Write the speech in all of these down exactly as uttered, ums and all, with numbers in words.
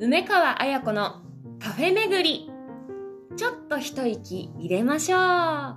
梅川彩子のカフェ巡り。ちょっと一息入れましょう。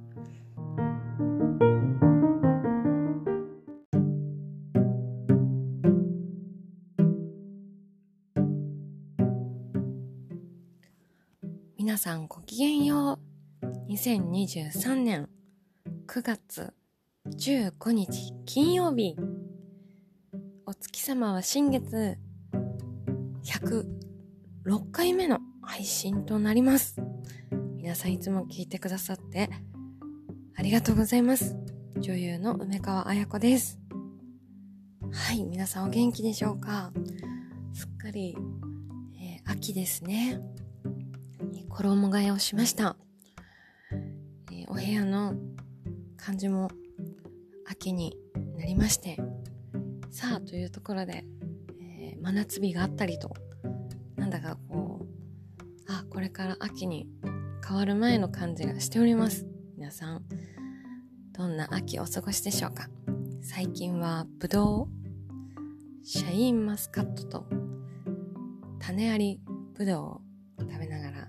皆さんごきげんよう。にせんにじゅうさんねんくがつじゅうごにち金曜日。お月様は新月ひゃくろっかいめの配信となります。皆さんいつも聞いてくださってありがとうございます。女優の梅川彩子です。はい、皆さんお元気でしょうか。すっかり、えー、秋ですね。衣替えをしました。えー、お部屋の感じも秋になりまして、さあというところで、えー、真夏日があったりと、なんだかこう、あ、これから秋に変わる前の感じがしております。皆さんどんな秋をお過ごしでしょうか。最近はぶどう、シャインマスカットと種ありぶどうを食べながら、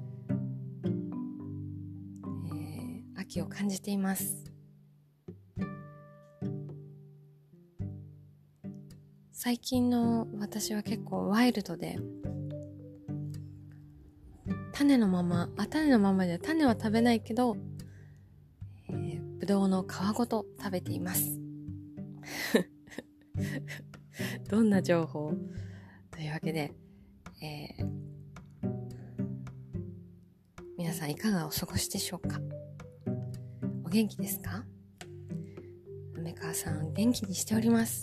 えー、秋を感じています。最近の私は結構ワイルドで、種のまま、あ、種のままで種は食べないけど、えー、ぶどうの皮ごと食べています。どんな情報というわけで、えー、皆さんいかがお過ごしでしょうか。お元気ですか。梅川さん元気にしております。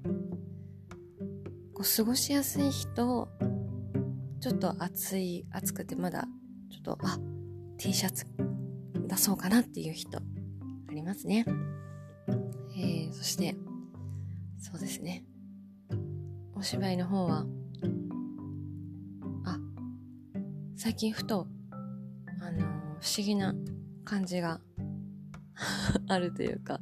こう過ごしやすい日と、ちょっと暑い暑くてまだちょっとあ T シャツ出そうかなっていう日とありますね。えー、そしてそうですね、お芝居の方はあ最近ふとあのー、不思議な感じがあるというか、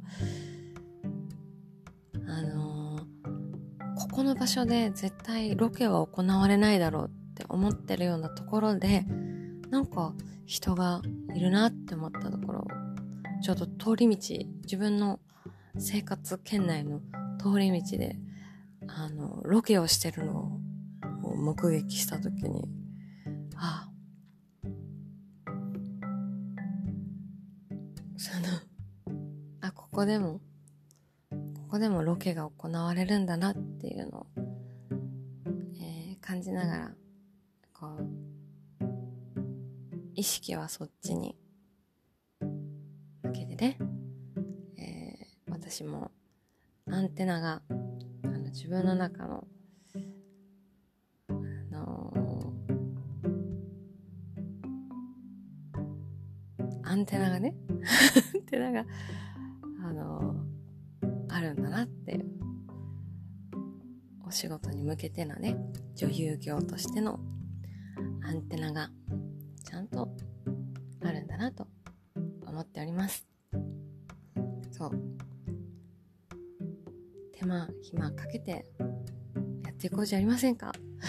あのー、ここの場所で絶対ロケは行われないだろうって思ってるようなところで、なんか人がいるなって思ったところ、ちょっと通り道、自分の生活圏内の通り道であのロケをしてるのを目撃したときに、ああそのあここでもここでもロケが行われるんだなっていうのを、えー、感じながら、こう意識はそっちに向けてね、えー、私もアンテナがあの自分の中の、あのー、アンテナがねアンテナが、あのー、あるんだなっていう、お仕事に向けてのね、女優業としてのアンテナがちゃんとあるんだなと思っております。そう、手間暇かけてやっていこうじゃありませんか。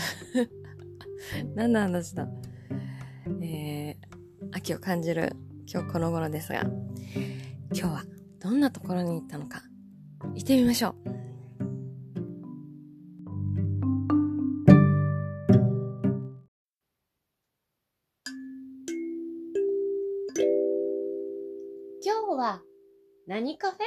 何の話だ。えー、秋を感じる今日この頃ですが、今日はどんなところに行ったのか行ってみましょう。今日は何カフェ？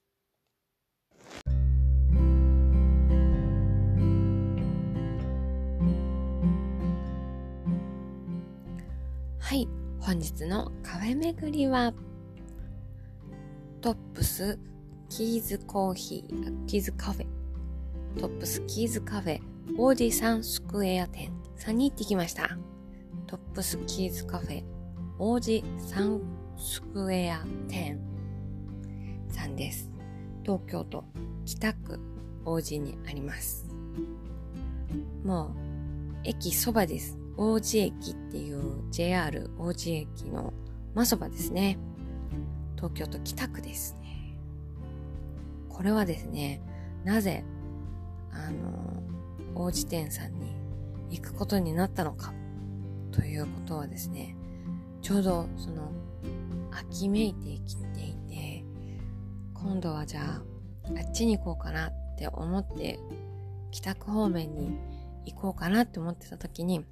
はい、本日のカフェ巡りはトップスキーズコーヒー、キーズカフェ、トップスキーズカフェ王子山スクエア店さんに行ってきました。トップスキーズカフェ王子山スクエア店さんです。東京都北区王子にあります。もう駅そばです。王子駅っていう ジェイアール 王子駅の真そばですね。東京都北区ですね。これはですね、なぜあの王子店さんに行くことになったのかということはですね、ちょうどその秋めいてきていて、今度はじゃああっちに行こうかなって思って北区方面に行こうかなって思ってた時に、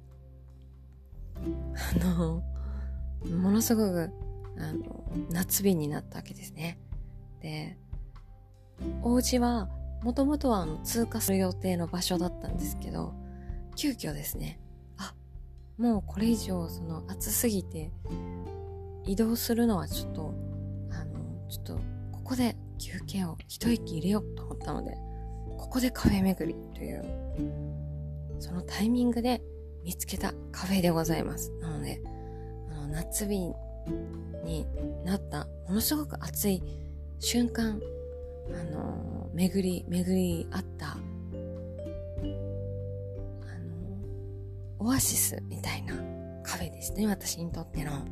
あのものすごくあの夏日になったわけですね。で、お家はもともとはあの通過する予定の場所だったんですけど、急遽ですね、あ、もうこれ以上その暑すぎて移動するのはちょっとあのちょっとここで休憩を一息入れようと思ったので、ここでカフェ巡りというそのタイミングで見つけたカフェでございます。なのであの夏日になったものすごく暑い瞬間、あの巡り巡りあったあのオアシスみたいなカフェですね、私にとっての。はい、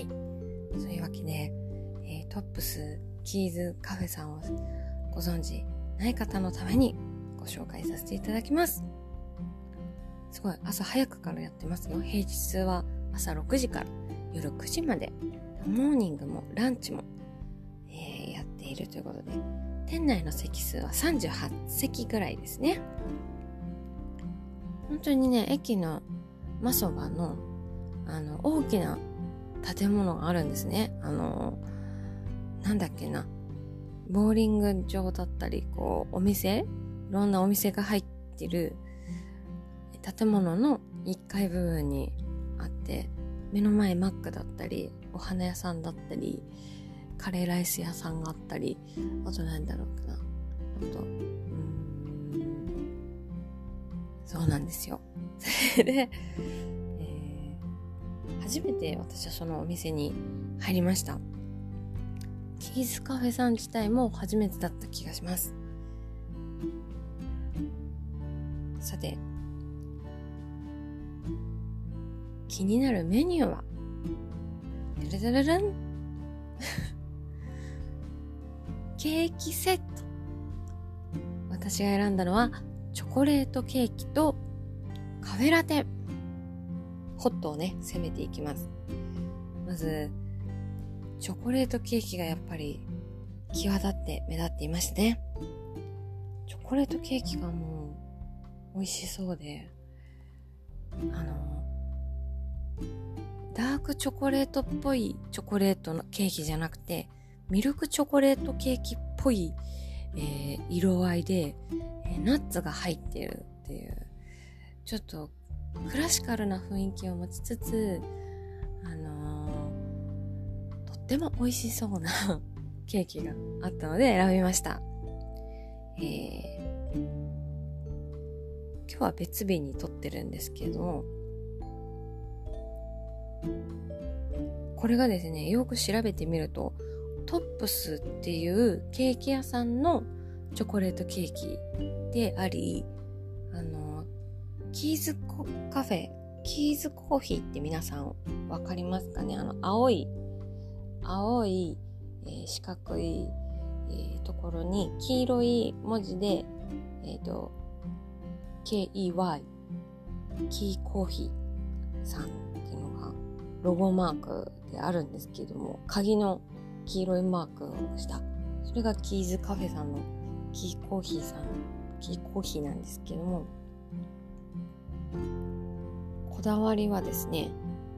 そういうわけで、えー、トップスキーズカフェさんをご存知ない方のためにご紹介させていただきます。すごい朝早くからやってますよ。平日は朝ろくじから夜くじまで、モーニングもランチも、えー、やっているということで、店内の席数はさんじゅうはちせきぐらいですね。本当にね、駅の真そばのあの大きな建物があるんですね。あのなんだっけな、ボーリング場だったり、こうお店、いろんなお店が入ってる建物のいっかい部分にあって、目の前マックだったり、お花屋さんだったり、カレーライス屋さんがあったり、あとなんだろうかな、あとうーんそうなんですよ。それで、えー、初めて私はそのお店に入りました。キーズカフェさん自体も初めてだった気がします。さて、気になるメニューはダラダラランケーキセット。私が選んだのはチョコレートケーキとカフェラテ。ホットをね、攻めていきます。まずチョコレートケーキがやっぱり際立って目立っていましたね。チョコレートケーキがもう美味しそうで、あのダークチョコレートっぽいチョコレートのケーキじゃなくて、ミルクチョコレートケーキっぽい、えー、色合いで、えー、ナッツが入っているっていう、ちょっとクラシカルな雰囲気を持ちつつ、あのー、とっても美味しそうなケーキがあったので選びました。えー、今日は別日に撮ってるんですけども、これがですね、よく調べてみると、トップスっていうケーキ屋さんのチョコレートケーキであり、あのキーズカフェ、キーズコーヒーって皆さんわかりますかね？あの青い青い、えー、四角い、えー、ところに黄色い文字で、えっと ケーイーワイ キーコーヒーさんっていうのがロゴマークであるんですけども、鍵の黄色いマークをした、それがキーズカフェさんのキーコーヒーさん、キーコーヒーなんですけども、こだわりはですね、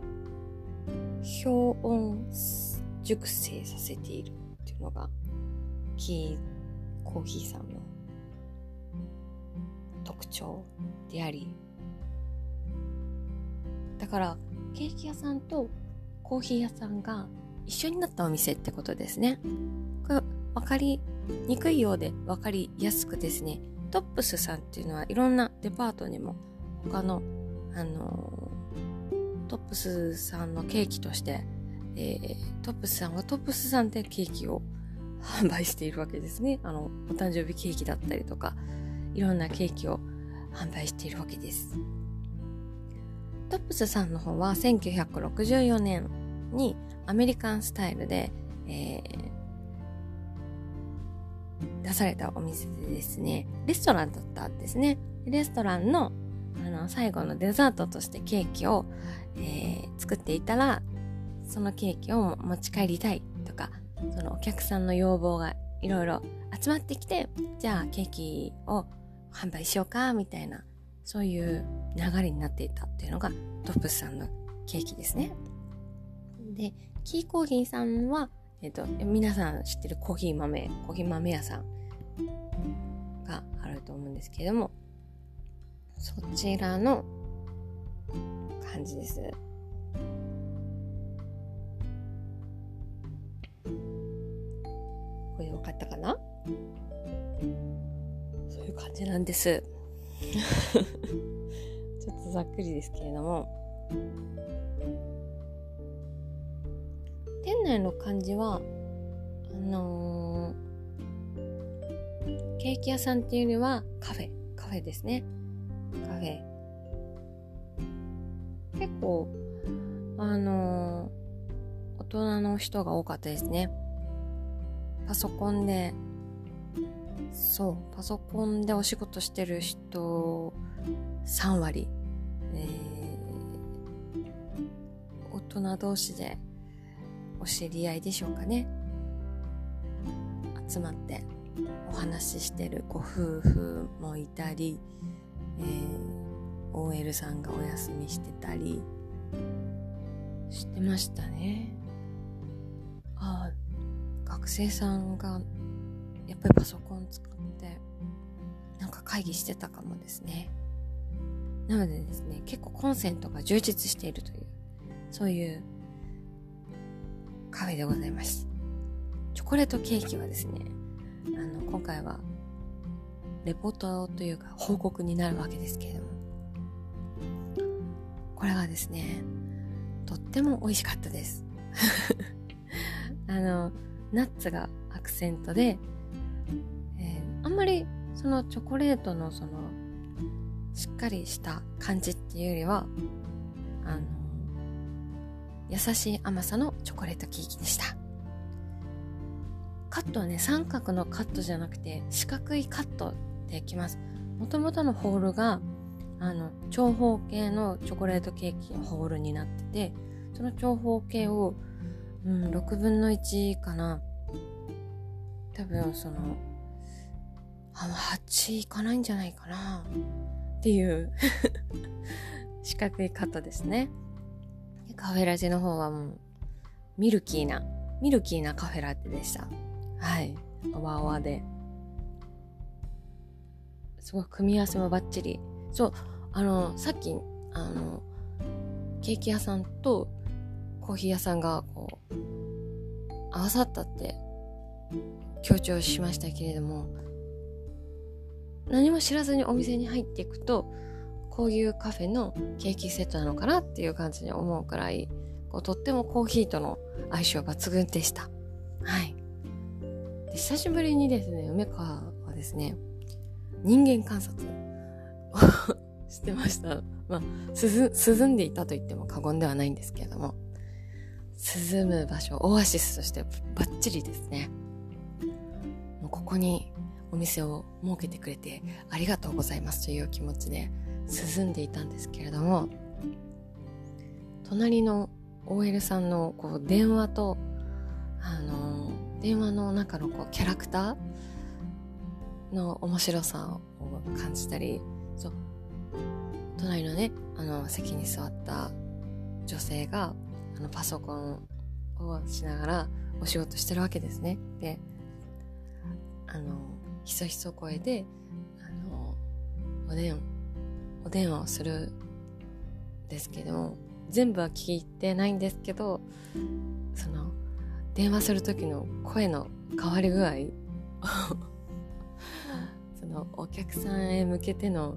氷温熟成させているっていうのがキーコーヒーさんの特徴であり、だからケーキ屋さんとコーヒー屋さんが一緒になったお店ってことですね。これ分かりにくいようで分かりやすくですね、トップスさんっていうのはいろんなデパートにも他のあのー、トップスさんのケーキとして、えー、トップスさんはトップスさんでケーキを販売しているわけですね。あのお誕生日ケーキだったりとか、いろんなケーキを販売しているわけです。トップスさんの方はせんきゅうひゃくろくじゅうよねんにアメリカンスタイルで、えー、出されたお店でですね、レストランだったんですね。レストランの、 あの最後のデザートとしてケーキを、えー、作っていたら、そのケーキを持ち帰りたいとか、そのお客さんの要望がいろいろ集まってきて、じゃあケーキを販売しようかみたいな、そういう流れになっていたっていうのがトップスさんのケーキですね。で、キーコーヒーさんは、えっと、皆さん知ってるコーヒー豆、コーヒー豆屋さんがあると思うんですけれども、そちらの感じです。これで分かったかな？そういう感じなんです。ちょっとざっくりですけれども、店内の感じはあのー、ケーキ屋さんっていうよりはカフェカフェですね。カフェ結構あのー、大人の人が多かったですね。パソコンでそうパソコンでお仕事してる人さんわり、えー、大人同士でお知り合いでしょうかね、集まってお話ししてるご夫婦もいたり、えー、オーエル さんがお休みしてたりしてましたね。ああ、学生さんがやっぱりパソコン使ってなんか会議してたかもですね。なのでですね、結構コンセントが充実しているという、そういうカフェでございます。チョコレートケーキはですね、あの今回はレポートというか報告になるわけですけれども、これがですね、とっても美味しかったです。あのナッツがアクセントで、えー、あんまりそのチョコレートのそのしっかりした感じっていうよりは、あの優しい甘さのチョコレートケーキでした。カットはね、三角のカットじゃなくて四角いカットできます。もともとのホールがあの長方形のチョコレートケーキのホールになってて、その長方形を、うん、ろくぶんのいちかな、多分そのはちいかないんじゃないかなっていう四角いカットですね。カフェラテの方はもうミルキーなミルキーなカフェラテでした。はい、泡泡ですごい組み合わせもバッチリ。そう、あのさっきあのケーキ屋さんとコーヒー屋さんがこう合わさったって強調しましたけれども、何も知らずにお店に入っていくと、こういうカフェのケーキセットなのかなっていう感じに思うくらい、こうとってもコーヒーとの相性抜群でした。はい。で、久しぶりにですね、梅川はですね、人間観察をしてました。まあ、涼んでいたと言っても過言ではないんですけれども、涼む場所、オアシスとしてバッチリですね。もうここにお店を設けてくれてありがとうございますという気持ちで涼んでいたんですけれども、隣の オーエル さんのこう電話とあの電話の中のこうキャラクターの面白さを感じたり、そう隣のねあの席に座った女性があのパソコンをしながらお仕事してるわけですね。で、あのひそひそ声であのお電お電話をするんですけども、全部は聞いてないんですけど、その電話する時の声の変わり具合そのお客さんへ向けての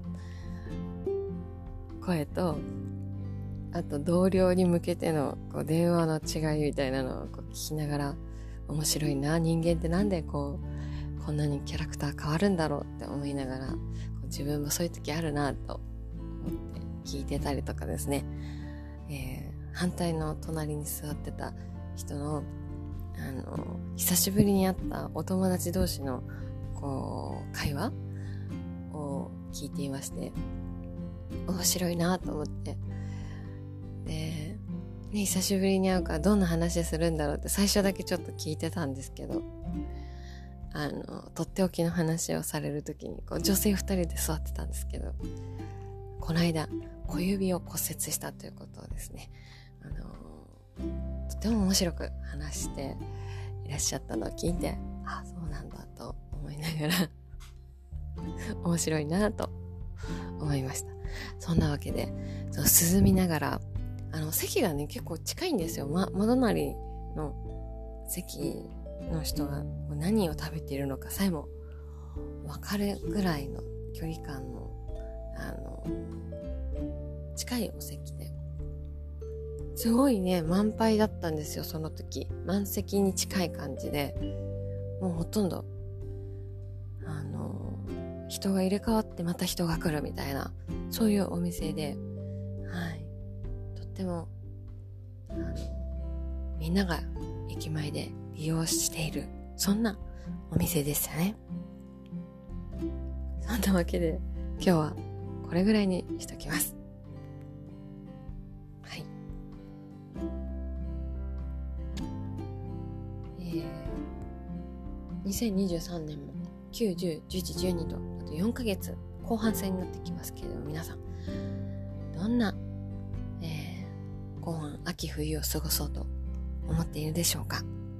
声と、あと同僚に向けてのこう電話の違いみたいなのをこう聞きながら、面白いな、人間ってなんでこうこんなにキャラクター変わるんだろうって思いながら、こう自分もそういう時あるなと思って聞いてたりとかですね、えー、反対の隣に座ってた人のあの久しぶりに会ったお友達同士のこう会話を聞いていまして、 面白いなと思って、で、ね、久しぶりに会うからどんな話するんだろうって最初だけちょっと聞いてたんですけど、あのとっておきの話をされるときにこう女性ふたりで座ってたんですけど、この間小指を骨折したということをですね、あのとても面白く話していらっしゃったのを聞いて、あ、そうなんだと思いながら面白いなと思いました。そんなわけで、その涼みながら、あの席がね結構近いんですよ。ま、窓なりの席の人が何を食べているのかさえも分かるぐらいの距離感の、あの近いお席ですごいね満杯だったんですよ。その時満席に近い感じで、もうほとんどあの人が入れ替わってまた人が来るみたいな、そういうお店で、はい、とってもあのみんなが駅前で利用している、そんなお店でしたね。そんなわけで今日はこれぐらいにしときます。はい、えー、にせんにじゅうさんねんもきゅう、じゅう、じゅういち、じゅうにとあとよんかげつ後半戦になってきますけれども、皆さんどんな、えー、後半秋冬を過ごそうと思っているでしょうか。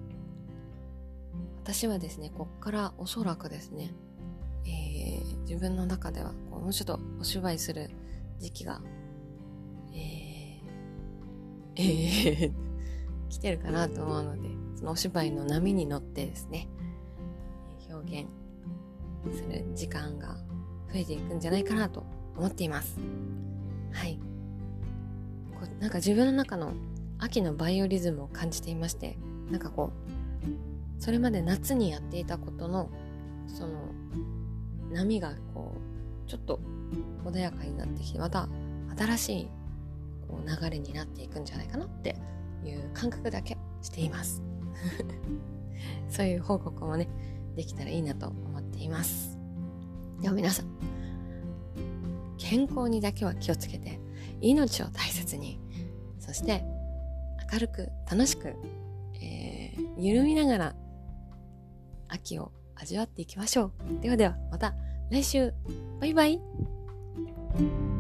私はですね、こっからおそらくですね、えー、自分の中ではこうもうちょっとお芝居する時期が、えー、えー、来てるかなと思うので、そのお芝居の波に乗ってですね、表現する時間が増えていくんじゃないかなと思っています。はい。こうなんか自分の中の秋のバイオリズムを感じていまして、なんかこうそれまで夏にやっていたことのその波がこうちょっと穏やかになってきて、また新しいこう流れになっていくんじゃないかなっていう感覚だけしていますそういう報告もねできたらいいなと思っています。では皆さん、健康にだけは気をつけて、命を大切に、そして明るく楽しく、えー、緩みながら秋を味わっていきましょう。ではではまた来週、バイバイ。